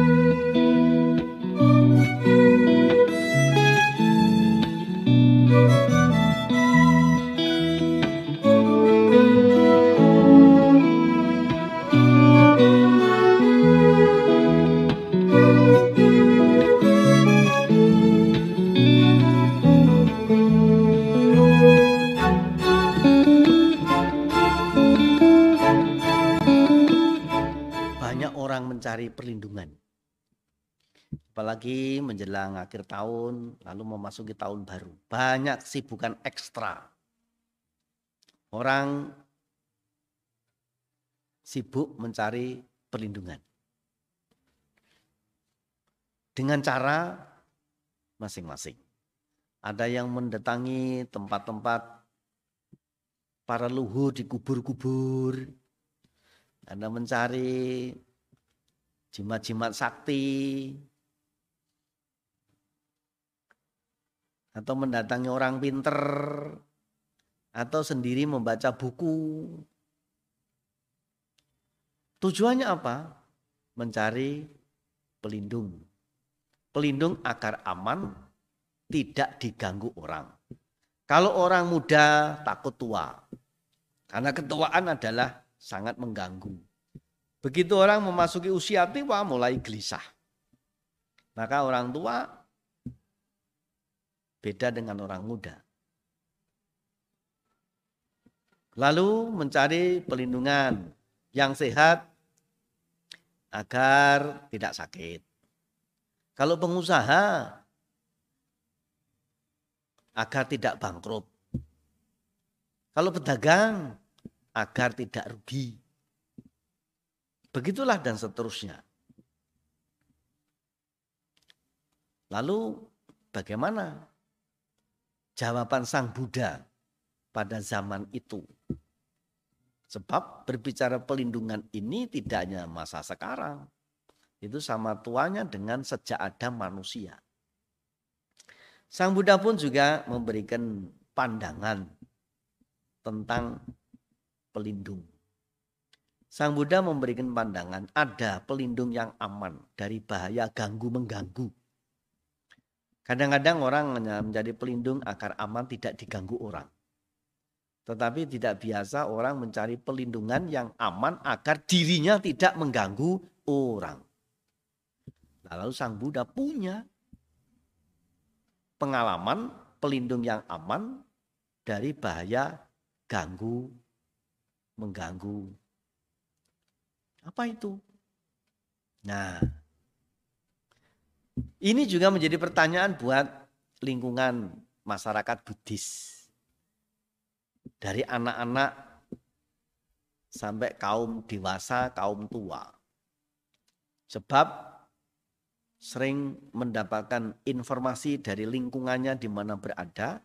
Mencari perlindungan, apalagi menjelang akhir tahun lalu memasuki tahun baru, banyak kesibukan ekstra. Orang sibuk mencari perlindungan dengan cara masing-masing. Ada yang mendatangi tempat-tempat para leluhur di kubur-kubur, ada mencari jimat-jimat sakti, atau mendatangi orang pinter, atau sendiri membaca buku. Tujuannya apa? Mencari pelindung. Pelindung agar aman, tidak diganggu orang. Kalau orang muda takut tua, karena ketuaan adalah sangat mengganggu. Begitu orang memasuki usia tua mulai gelisah. Maka orang tua beda dengan orang muda. Lalu mencari pelindungan yang sehat agar tidak sakit. Kalau pengusaha agar tidak bangkrut. Kalau pedagang agar tidak rugi. Begitulah dan seterusnya. Lalu bagaimana jawaban Sang Buddha pada zaman itu? Sebab berbicara pelindungan ini tidak hanya masa sekarang. Itu sama tuanya dengan sejak ada manusia. Sang Buddha pun juga memberikan pandangan tentang pelindung. Sang Buddha memberikan pandangan ada pelindung yang aman dari bahaya ganggu-mengganggu. Kadang-kadang orang hanya menjadi pelindung agar aman tidak diganggu orang. Tetapi tidak biasa orang mencari pelindungan yang aman agar dirinya tidak mengganggu orang. Lalu Sang Buddha punya pengalaman pelindung yang aman dari bahaya ganggu, mengganggu. Apa itu? Nah, ini juga menjadi pertanyaan buat lingkungan masyarakat Buddhis. Dari anak-anak sampai kaum dewasa, kaum tua. Sebab sering mendapatkan informasi dari lingkungannya di mana berada.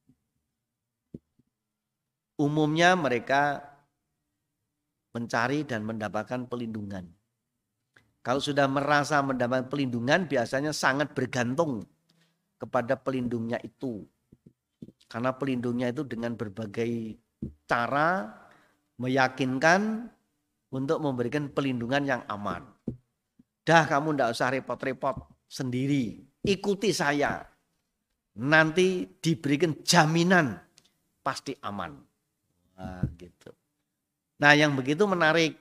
Umumnya mereka mencari dan mendapatkan pelindungan. Kalau sudah merasa mendapatkan pelindungan biasanya sangat bergantung kepada pelindungnya itu. Karena pelindungnya itu dengan berbagai cara meyakinkan untuk memberikan pelindungan yang aman. Dah kamu tidak usah repot-repot sendiri, ikuti saya. Nanti diberikan jaminan pasti aman. Nah, gitu. Nah, yang begitu menarik.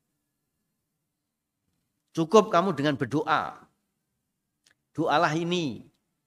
Cukup kamu dengan berdoa. Doalah ini.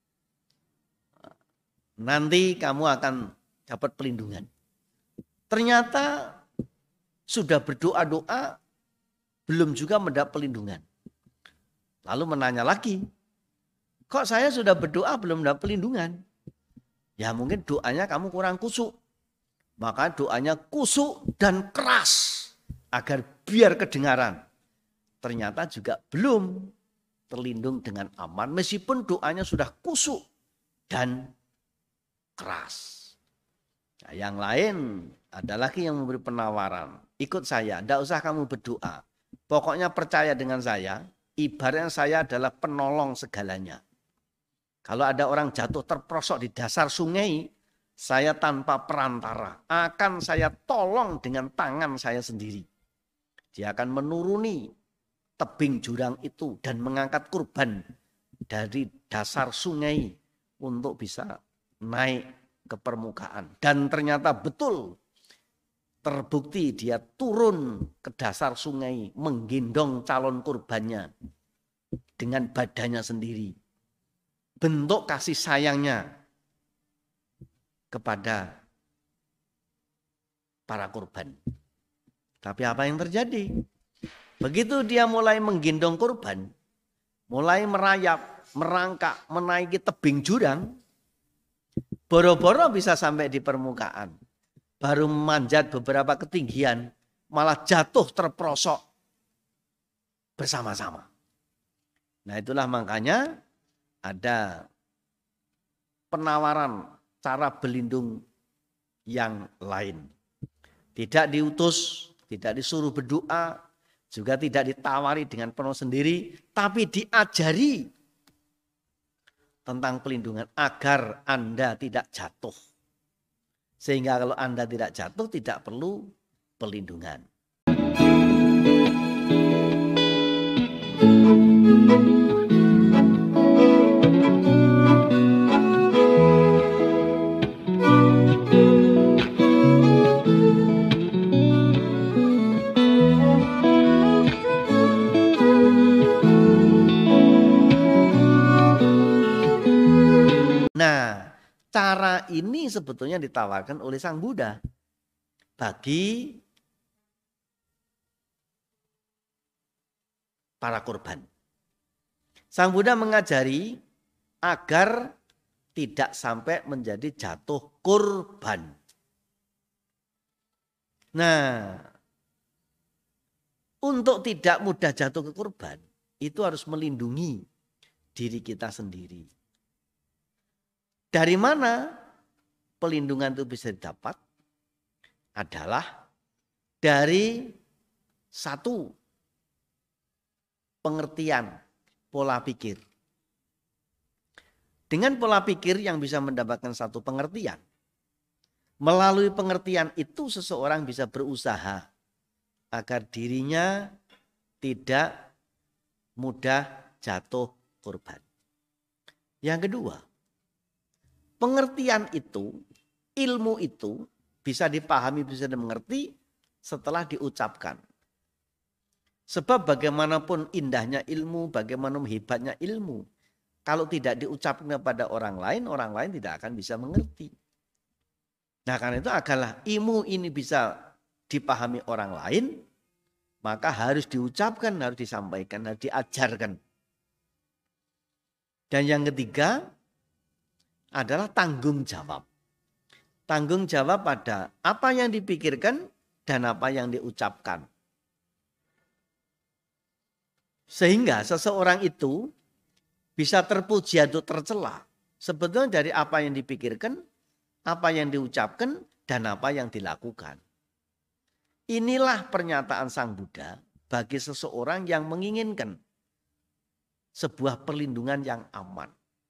Nanti kamu akan dapat pelindungan. Ternyata sudah berdoa-doa belum juga mendapat pelindungan. Lalu menanya lagi. Kok saya sudah berdoa belum mendapat pelindungan? Ya mungkin doanya kamu kurang kusuk. Maka doanya kusuk dan keras agar biar kedengaran. Ternyata juga belum terlindung dengan aman meskipun doanya sudah kusuk dan keras. Nah, yang lain ada lagi yang memberi penawaran. Ikut saya, tidak usah kamu berdoa. Pokoknya percaya dengan saya, ibaratnya saya adalah penolong segalanya. Kalau ada orang jatuh terperosok di dasar sungai, saya tanpa perantara akan saya tolong dengan tangan saya sendiri. Dia akan menuruni tebing jurang itu dan mengangkat kurban dari dasar sungai untuk bisa naik ke permukaan. Dan ternyata betul terbukti dia turun ke dasar sungai menggendong calon kurbannya dengan badannya sendiri. Bentuk kasih sayangnya kepada para kurban. Tapi apa yang terjadi? Begitu dia mulai menggendong kurban, mulai merayap, merangkak, menaiki tebing jurang, boro-boro bisa sampai di permukaan. Baru memanjat beberapa ketinggian, malah jatuh terperosok bersama-sama. Nah itulah makanya ada penawaran cara berlindung yang lain. Tidak diutus, tidak disuruh berdoa, juga tidak ditawari dengan penuh sendiri, tapi diajari tentang pelindungan agar Anda tidak jatuh. Sehingga kalau Anda tidak jatuh tidak perlu pelindungan. Nah, cara ini sebetulnya ditawarkan oleh Sang Buddha bagi para korban. Sang Buddha mengajari agar tidak sampai menjadi jatuh korban. Nah, untuk tidak mudah jatuh ke korban, itu harus melindungi diri kita sendiri. Dari mana pelindungan itu bisa didapat? Adalah dari satu pengertian pola pikir. Dengan pola pikir yang bisa mendapatkan satu pengertian. Melalui pengertian itu seseorang bisa berusaha agar dirinya tidak mudah jatuh korban. Yang kedua, pengertian itu, ilmu itu bisa dipahami, bisa dimengerti setelah diucapkan. Sebab bagaimanapun indahnya ilmu, bagaimanapun hebatnya ilmu, kalau tidak diucapkan kepada orang lain tidak akan bisa mengerti. Nah karena itu agarlah ilmu ini bisa dipahami orang lain, maka harus diucapkan, harus disampaikan, harus diajarkan. Dan yang ketiga adalah tanggung jawab. Tanggung jawab pada apa yang dipikirkan dan apa yang diucapkan. Sehingga seseorang itu bisa terpuji atau tercela sebetulnya dari apa yang dipikirkan, apa yang diucapkan, dan apa yang dilakukan. Inilah pernyataan Sang Buddha bagi seseorang yang menginginkan sebuah perlindungan yang aman.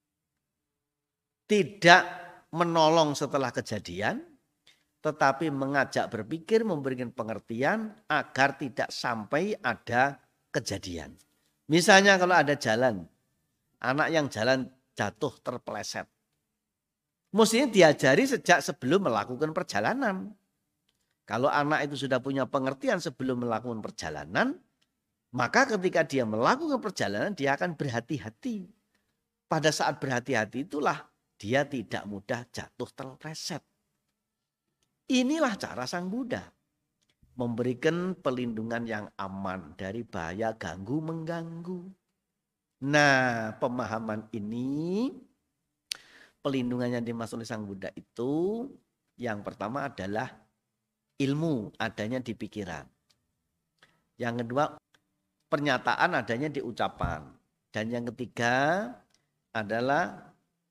Tidak menolong setelah kejadian, tetapi mengajak berpikir, memberikan pengertian agar tidak sampai ada kejadian. Misalnya kalau ada jalan, anak yang jalan jatuh terpeleset. Mestinya diajari sejak sebelum melakukan perjalanan. Kalau anak itu sudah punya pengertian sebelum melakukan perjalanan, maka ketika dia melakukan perjalanan dia akan berhati-hati. Pada saat berhati-hati itulah dia tidak mudah jatuh terpeleset. Inilah cara Sang Buddha memberikan perlindungan yang aman dari bahaya ganggu mengganggu. Nah, pemahaman ini, pelindungan yang dimaksud oleh Sang Buddha itu yang pertama adalah ilmu adanya di pikiran. Yang kedua, pernyataan adanya di ucapan. Dan yang ketiga adalah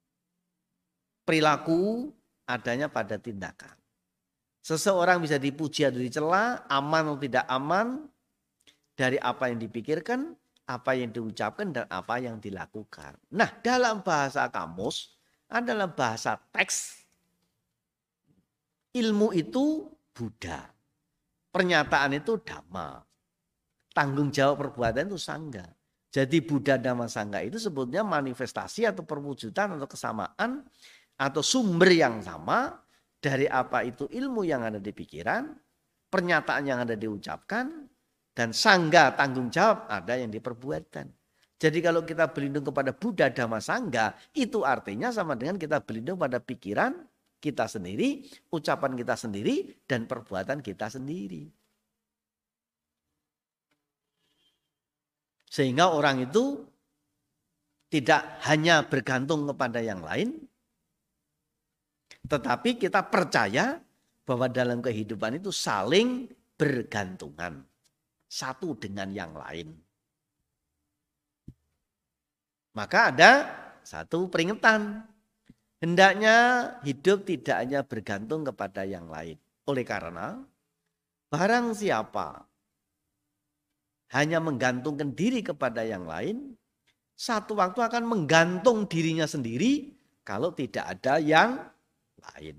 perilaku adanya pada tindakan. Seseorang bisa dipuji atau dicela, aman atau tidak aman dari apa yang dipikirkan, apa yang diucapkan, dan apa yang dilakukan. Nah, dalam bahasa kamus adalah bahasa teks. Ilmu itu Buddha. Pernyataan itu Dhamma. tanggung jawab perbuatan itu sangga. Jadi Buddha Dhamma Sangga itu sebetulnya manifestasi atau perwujudan atau kesamaan atau sumber yang sama dari apa itu ilmu yang ada di pikiran, pernyataan yang ada diucapkan, dan sangga tanggung jawab ada yang diperbuatkan. Jadi kalau kita berlindung kepada Buddha Dhamma Sangga, itu artinya sama dengan kita berlindung pada pikiran kita sendiri, ucapan kita sendiri, dan perbuatan kita sendiri. Sehingga orang itu tidak hanya bergantung kepada yang lain, tetapi kita percaya bahwa dalam kehidupan itu saling bergantungan satu dengan yang lain. Maka ada satu peringatan. Hendaknya hidup tidak hanya bergantung kepada yang lain. Oleh karena barang siapa hanya menggantungkan diri kepada yang lain, satu waktu akan menggantung dirinya sendiri kalau tidak ada yang lain.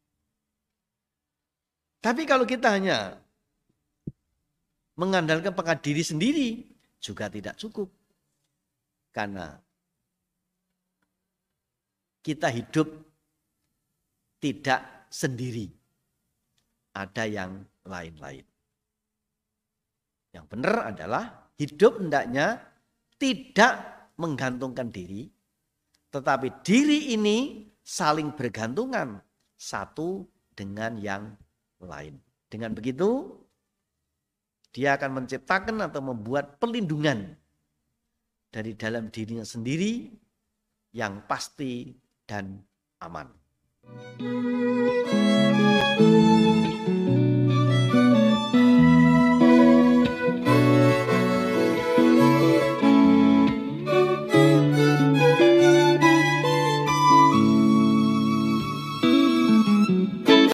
Tapi kalau kita hanya mengandalkan pada diri sendiri juga tidak cukup. Karena kita hidup tidak sendiri. Ada yang lain-lain. Yang benar adalah hidup hendaknya tidak menggantungkan diri. Tetapi diri ini saling bergantungan satu dengan yang lain. Dengan begitu dia akan menciptakan atau membuat pelindungan dari dalam dirinya sendiri yang pasti dan aman.